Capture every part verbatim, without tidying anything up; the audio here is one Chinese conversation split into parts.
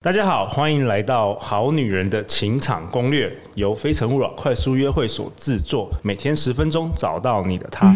大家好，欢迎来到《好女人的情场攻略》，由非诚勿扰快速约会所制作，每天十分钟，找到你的他。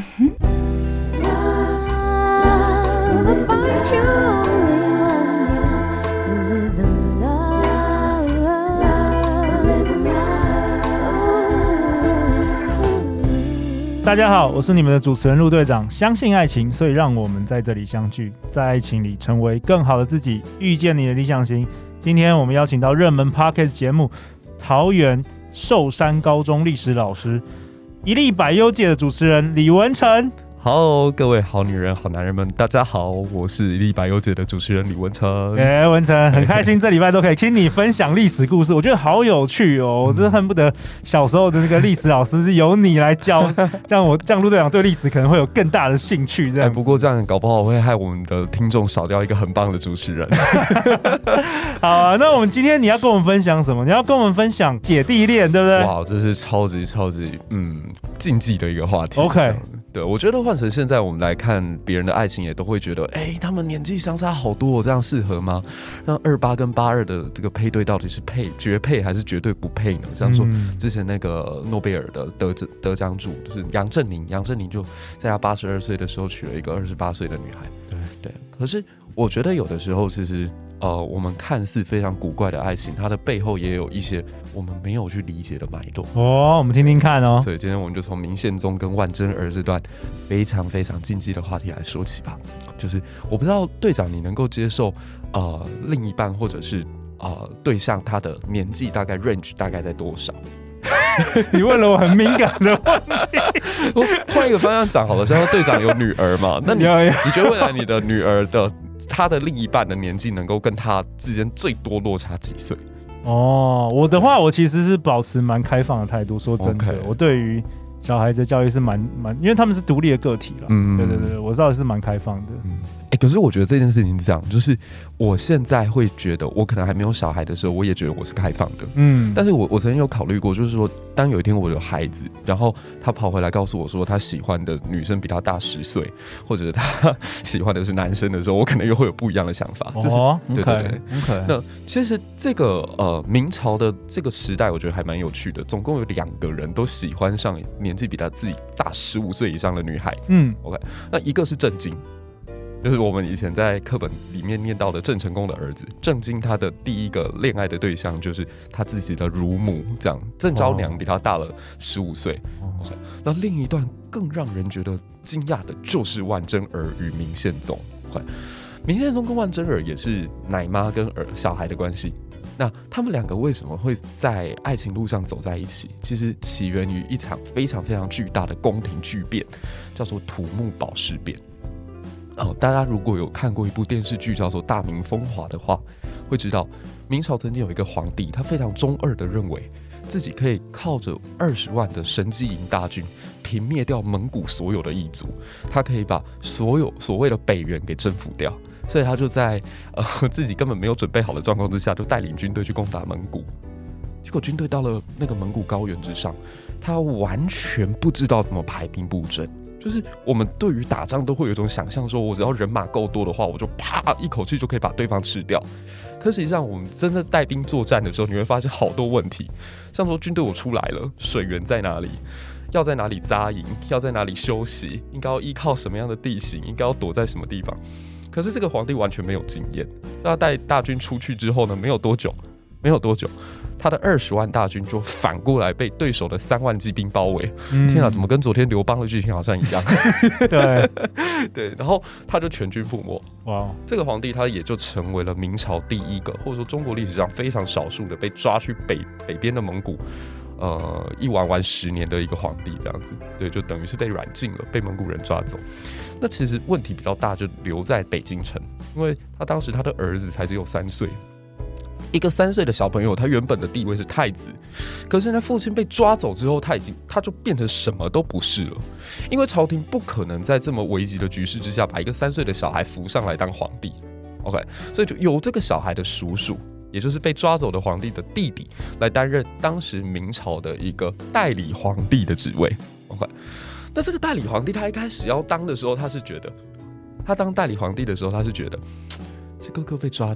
大家好，我是你们的主持人陆队长。相信爱情，所以让我们在这里相聚，在爱情里成为更好的自己，遇见你的理想型。今天我们邀请到热门 Podcast 节目桃园寿山高中历史老师，一历百优界的主持人李文成。 Hello， 各位好女人、好男人们，大家好，我是一历百优界的主持人李文成。 哎、欸，文成，很开心这礼拜都可以听你分享历史故事，我觉得好有趣哦！我真的恨不得小时候的那个历史老师是由你来教，这样我这样陆队长对历史可能会有更大的兴趣。这样、欸， 不过这样搞不好会害我们的听众少掉一个很棒的主持人。 好啊，那我们今天你要跟我们分享什么？你要跟我们分享姐弟恋，对不对？ 哇，这是超级超级嗯禁忌的一个话题。 OK。 对，我觉得换成现在我们来看别人的爱情，也都会觉得，哎、欸，他们年纪相差好多，这样适合吗？那二八跟八二的这个配对到底是配绝配还是绝对不配呢？像说之前那个诺贝尔的得得奖主就是杨振宁，杨振宁就在他八十二岁的时候娶了一个二十八岁的女孩。对对，可是我觉得有的时候其实。呃，我们看似非常古怪的爱情，它的背后也有一些我们没有去理解的脉络哦。我们听听看哦。 所以今天我们就从明宪宗跟万贞儿这段非常非常禁忌的话题来说起吧。就是我不知道队长你能够接受呃另一半或者是呃对象他的年纪大概 range 大概在多少？ 你问了我很敏感的问题。 我换一个方向讲好了，像队长有女儿嘛，那你你觉得未来你的女儿的他的另一半的年纪能够跟他之间最多落差几岁？ 哦，我的话，我其实是保持蛮开放的态度。说真的， okay. 我对于小孩子的教育是蛮蛮，因为他们是独立的个体啦。嗯，对对对，我知道是蛮开放的。嗯， 哎、欸，可是我觉得这件事情是这样，就是我现在会觉得，我可能还没有小孩的时候，我也觉得我是开放的。嗯，但是我我曾经有考虑过，就是说，当有一天我有孩子，然后他跑回来告诉我说他喜欢的女生比他大十岁，或者他喜欢的是男生的时候，我可能又会有不一样的想法。就是、 哦， 对对对。 Okay, okay. 那其实这个呃明朝的这个时代，我觉得还蛮有趣的。总共有两个人都喜欢上年纪比他自己大十五岁以上的女孩。嗯 ，OK， 那一个是郑经。就是我们以前在课本里面念到的郑成功的儿子郑经，他的第一个恋爱的对象就是他自己的乳母，这样郑昭娘比他大了十五岁。Okay, 那另一段更让人觉得惊讶的就是万贞儿与明宪宗。Okay, 明宪宗跟万贞儿也是奶妈跟儿小孩的关系。那他们两个为什么会在爱情路上走在一起？其实起源于一场非常非常巨大的宫廷巨变，叫做土木堡事变。哦，大家如果有看过一部电视剧叫做《大明风华》的话，会知道明朝曾经有一个皇帝，他非常中二的认为自己可以靠着二十万的神机营大军平灭掉蒙古所有的异族，他可以把所有所谓的北元给征服掉，所以他就在呃自己根本没有准备好的状况之下，就带领军队去攻打蒙古。结果军队到了那个蒙古高原之上，他完全不知道怎么排兵布阵。就是我们对于打仗都会有一种想象，说我只要人马够多的话，我就啪一口气就可以把对方吃掉。可实际上，我们真的带兵作战的时候，你会发现好多问题，像说军队我出来了，水源在哪里？要在哪里扎营？要在哪里休息？应该要依靠什么样的地形？应该要躲在什么地方？可是这个皇帝完全没有经验，他带大军出去之后呢，没有多久，没有多久。他的二十万大军就反过来被对手的三万骑兵包围。嗯、天啊，怎么跟昨天刘邦的剧情好像一样？ 对对，然后他就全军覆没。 哇， 这个皇帝他也就成为了明朝第一个，或者说中国历史上非常少数的被抓去北北边的蒙古，呃，一玩玩十年的一个皇帝，这样子。对，就等于是被软禁了，被蒙古人抓走。那其实问题比较大，就留在北京城，因为他当时他的儿子才只有三岁。一个三岁的小朋友，他原本的地位是太子，可是呢，父亲被抓走之后，他已经他就变成什么都不是了，因为朝廷不可能在这么危急的局势之下，把一个三岁的小孩扶上来当皇帝。OK， 所以就由这个小孩的叔叔，也就是被抓走的皇帝的弟弟，来担任当时明朝的一个代理皇帝的职位。OK， 那这个代理皇帝他一开始要当的时候，他是觉得，他当代理皇帝的时候，他是觉得，是哥哥被抓走。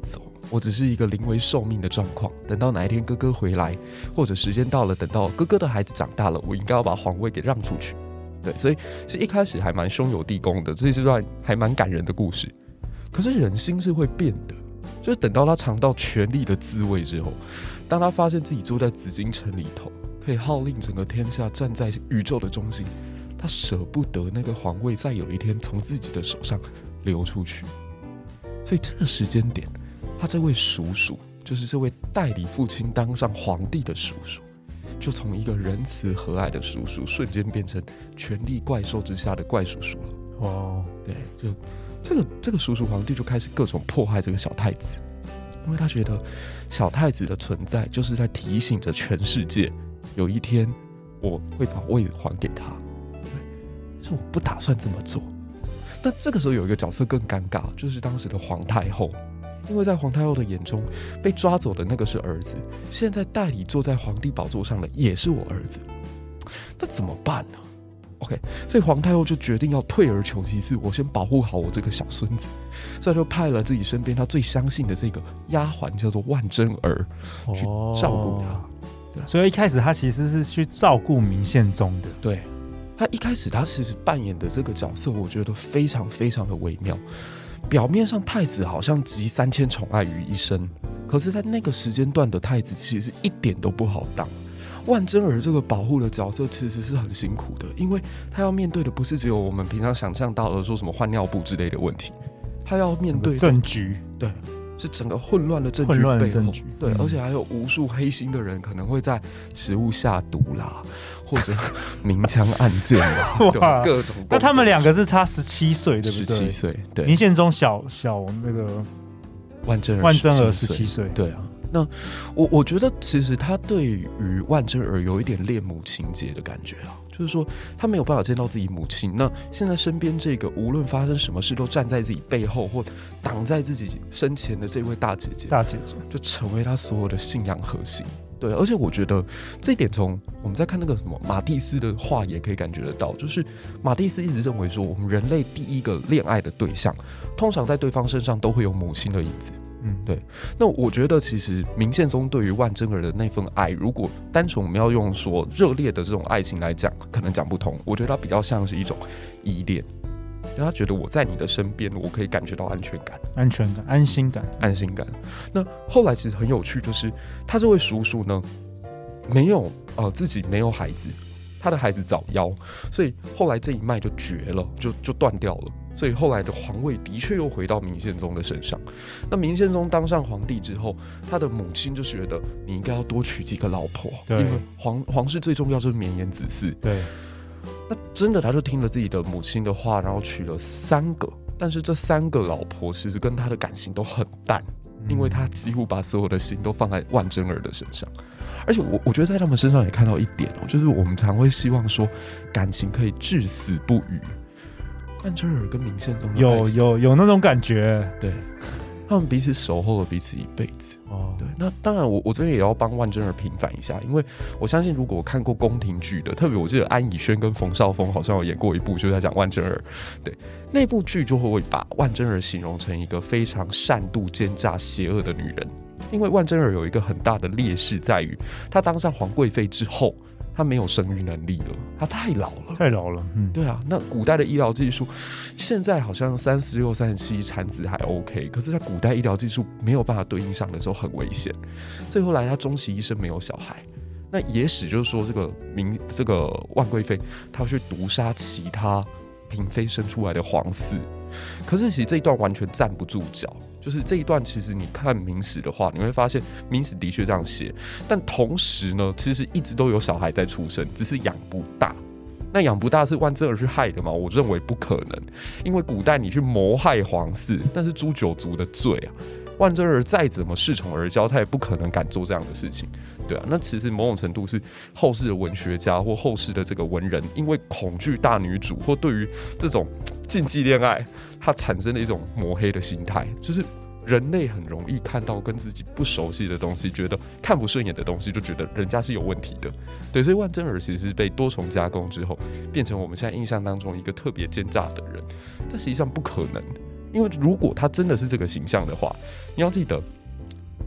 我只是一个临危受命的状况，等到哪一天哥哥回来，或者时间到了，等到哥哥的孩子长大了，我应该要把皇位给让出去。对，所以是一开始还蛮兄友弟恭的，这是段还蛮感人的故事。可是人心是会变的，就是等到他尝到权力的滋味之后，当他发现自己坐在紫禁城里头，可以号令整个天下，站在宇宙的中心，他舍不得那个皇位在有一天从自己的手上流出去。所以这个时间点，他这位叔叔，就是这位代理父亲当上皇帝的叔叔，就从一个仁慈和蔼的叔叔，瞬间变成权力怪兽之下的怪叔叔了。哦，对，就这个这个叔叔皇帝就开始各种迫害这个小太子，因为他觉得小太子的存在就是在提醒着全世界，有一天我会把位子还给他，对，但是我不打算这么做。那这个时候有一个角色更尴尬，就是当时的皇太后。因为在皇太后的眼中，被抓走的那个是儿子，现在代理坐在皇帝宝座上的也是我儿子，那怎么办呢 ？OK， 所以皇太后就决定要退而求其次，我先保护好我这个小孙子，所以就派了自己身边他最相信的这个丫鬟，叫做万贞儿，去照顾他。 对，所以一开始他其实是去照顾明宪宗的。 对，他一开始他其实扮演的这个角色，我觉得非常非常的微妙。表面上太子好像集三千宠爱于一身，可是在那个时间段的太子其实一点都不好当。万贞儿这个保护的角色其实是很辛苦的，因为他要面对的不是只有我们平常想象到的说什么换尿布之类的问题，他要面对政局， 对，是整个混乱的政局背后，混乱的政局，对、嗯，而且还有无数黑心的人可能会在食物下毒啦，或者明枪暗箭啦，对，各种。 那他们两个是差十七岁，对不对？ 十七岁，对。 明宪宗小小那个万贞儿， 万贞儿十七岁， 对啊。那我我觉得其实他对于万贞儿有一点恋母情节的感觉啊，就是说他没有办法见到自己母亲，那现在身边这个无论发生什么事都站在自己背后或挡在自己身前的这位大姐姐， 大姐姐就成为他所有的信仰核心。对，而且我觉得这一点从我们在看那个什么马蒂斯的话也可以感觉得到，就是马蒂斯一直认为说，我们人类第一个恋爱的对象，通常在对方身上都会有母亲的影子。嗯，对。那我觉得其实明宪宗对于万贞儿的那份爱，如果单纯我们要用说热烈的这种爱情来讲，可能讲不通。我觉得它比较像是一种依恋，因为他觉得我在你的身边，我可以感觉到安全感、 安全感、安心感、 安心感。那后来其实很有趣，就是他这位叔叔呢，没有呃自己没有孩子，他的孩子早夭，所以后来这一脉就绝了，就就断掉了。所以后来的皇位的确又回到明宪宗的身上。那明宪宗当上皇帝之后，他的母亲就觉得你应该要多娶几个老婆，因为皇皇室最重要就是绵延子嗣。 对。 那真的他就听了自己的母亲的话，然后娶了三个，但是这三个老婆其实跟他的感情都很淡，因为他几乎把所有的心都放在万贞儿的身上。而且 我, 我觉得在他们身上也看到一点、哦、就是我们常会希望说感情可以至死不渝。万贞儿跟明宪宗有有有那种感觉， 对，他们彼此守候了彼此一辈子。哦，对，那当然我我这边也要帮万贞儿平反一下，因为我相信如果我看过宫廷剧的，特别我记得安以轩跟冯绍峰好像有演过一部，就是在讲万贞儿，对，那部剧就会把万贞儿形容成一个非常善妒、奸诈、邪恶的女人。因为万贞儿有一个很大的劣势在于，她当上皇贵妃之后，她没有生育能力了，她太老了， 太老了。嗯， 对啊，那古代的医疗技术，现在好像三十六、三十七产子还 OK， 可是在古代医疗技术没有办法对应上的时候很危险。最后来，她终其一生没有小孩。那野史就是说，这个明这个万贵妃，她去毒杀其他嫔妃生出来的皇嗣。可是其实这一段完全站不住脚，就是这一段其实你看明史的话，你会发现明史的确这样写，但同时呢，其实一直都有小孩在出生，只是养不大。那养不大是万贞儿去害的吗？我认为不可能，因为古代你去谋害皇嗣，那是诛九族的罪啊。万贞儿再怎么恃宠而骄，他也不可能敢做这样的事情，对啊。那其实某种程度是后世的文学家或后世的这个文人，因为恐惧大女主或对于这种禁忌恋爱，它产生了一种抹黑的心态，就是人类很容易看到跟自己不熟悉的东西，觉得看不顺眼的东西，就觉得人家是有问题的，对。所以万贞儿其实是被多重加工之后，变成我们现在印象当中一个特别奸诈的人，但实际上不可能。因为如果他真的是这个形象的话，你要记得，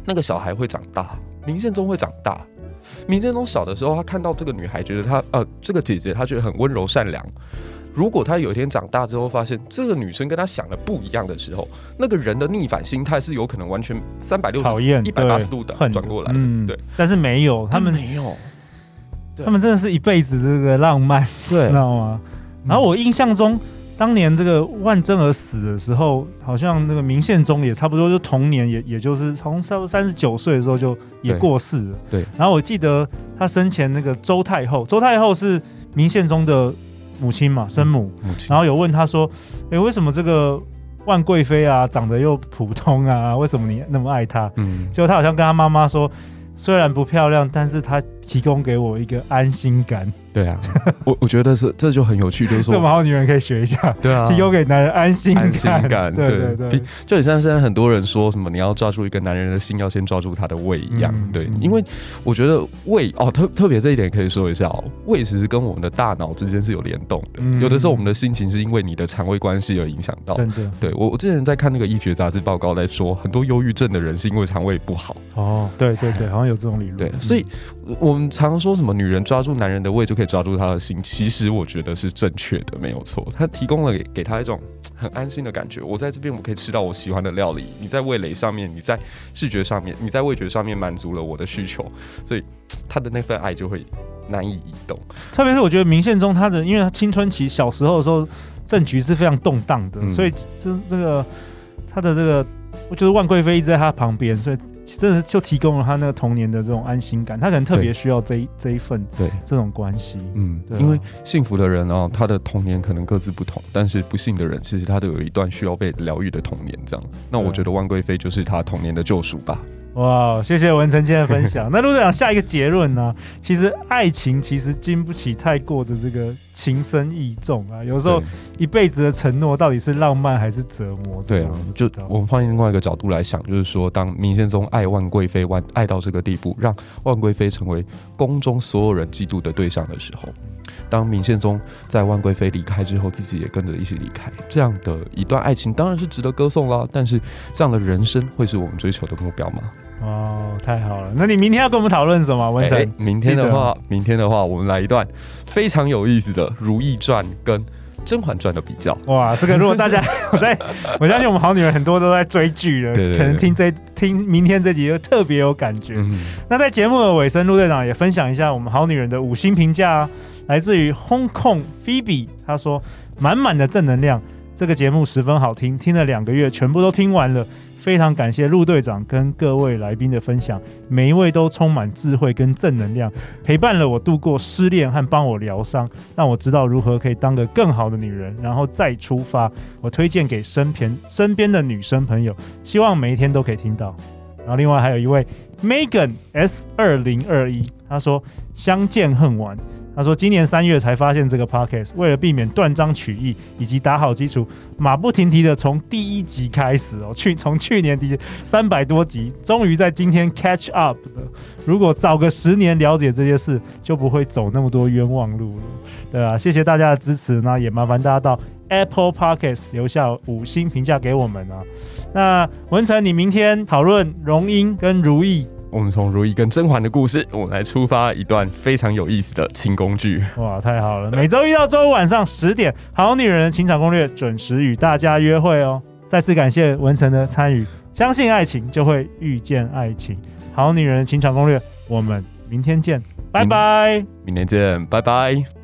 那个小孩会长大，明宪宗会长大。明宪宗小的时候，他看到这个女孩，觉得她呃这个姐姐，他觉得很温柔善良。如果他有一天长大之后，发现这个女生跟他想的不一样的时候，那个人的逆反心态是有可能完全三百六十、一百八十度的转过来。嗯，对。 但是没有，他们没有， 他们真的是一辈子这个浪漫，知道吗？然后我印象中，当年这个万贞儿死的时候，好像那个明宪宗也差不多就同年也，也也就是从差不多三十九岁的时候就也过世了。 对。 然后我记得他生前那个周太后，周太后是明宪宗的母亲嘛，生母。母亲。然后有问他说：“哎，为什么这个万贵妃啊长得又普通啊？为什么你那么爱她？”嗯。结果他好像跟他妈妈说：“虽然不漂亮，但是她提供给我一个安心感。” 对啊，我我觉得是这就很有趣，就是说， 这么好女人可以学一下， 对啊， 提供给男人安心感， 安心感， 对对 对, 对， 就很像现在很多人说什么你要抓住一个男人的心，要先抓住他的胃一样，嗯、对，因为我觉得胃哦，特特别这一点可以说一下哦，胃其实跟我们的大脑之间是有联动的，嗯、有的时候我们的心情是因为你的肠胃关系而影响到， 真的， 对我我之前在看那个医学杂志报告来说，很多忧郁症的人是因为肠胃不好， 哦，对对对，好像有这种理论， 对，所以我们常说什么女人抓住男人的胃就可以抓住他的心。其实我觉得是正确的，没有错。它提供了 给, 给他一种很安心的感觉。我在这边，我可以吃到我喜欢的料理。你在味蕾上面，你在视觉上面，你在味觉上面满足了我的需求，所以他的那份爱就会难以移动。 特别是我觉得明宪宗他的，因为他青春期小时候的时候，政局是非常动荡的，嗯、所以这这个他的这个，我觉得万贵妃一直在他旁边，所以。真的是就提供了他那个童年的这种安心感，他可能特别需要这一这一份对这种关系， 嗯，啊、因为幸福的人哦，他的童年可能各自不同，但是不幸的人其实他都有一段需要被疗愈的童年，这样。那我觉得万贵妃就是他童年的救赎吧。 哇，谢谢文成今天的分享。那陆队长下一个结论呢？其实爱情其实经不起太过的这个情深意重啊，有时候一辈子的承诺到底是浪漫还是折磨？ 对啊，就我们换另外一个角度来想，就是说，当明宪宗爱万贵妃，爱到这个地步，让万贵妃成为宫中所有人嫉妒的对象的时候，当明宪宗在万贵妃离开之后，自己也跟着一起离开，这样的一段爱情当然是值得歌颂啦。但是这样的人生会是我们追求的目标吗？ 哦，太好了！那你明天要跟我们讨论什么，文成？欸、 明天的话，明天的话，我们来一段非常有意思的《如懿传》跟《甄嬛传》的比较。 哇，这个如果大家我在，我相信我们好女人很多都在追剧了，对对对，可能听这听明天这集就特别有感觉。嗯、那在节目的尾声，陆队长也分享一下我们好女人的五星评价啊，来自于 Hong Kong Phoebe， 他说满满的正能量，这个节目十分好听，听了两个月，全部都听完了。非常感谢陆队长跟各位来宾的分享，每一位都充满智慧跟正能量，陪伴了我度过失恋和帮我疗伤，让我知道如何可以当个更好的女人，然后再出发。我推荐给身边身边的女生朋友，希望每一天都可以听到。然后另外还有一位 Megan S 二零二一，他说相见恨晚。他说今年三月才发现这个 podcast， 为了避免断章取义以及打好基础，马不停蹄的从第一集开始哦，去从去年第三百多集，终于在今天 catch up 了。如果早个十年了解这些事，就不会走那么多冤枉路了。对啊，谢谢大家的支持，那也麻烦大家到 Apple Podcast 留下五星评价给我们啊。那文成，你明天讨论荣英跟如懿。 我们从如懿跟甄嬛的故事，我们来出发一段非常有意思的清宫剧。 哇，太好了！每周一到周五晚上十点，《好女人的情场攻略》准时与大家约会哦。再次感谢文成的参与，相信爱情就会遇见爱情，《好女人的情场攻略》，我们明天见，拜拜！ 明天见，拜拜！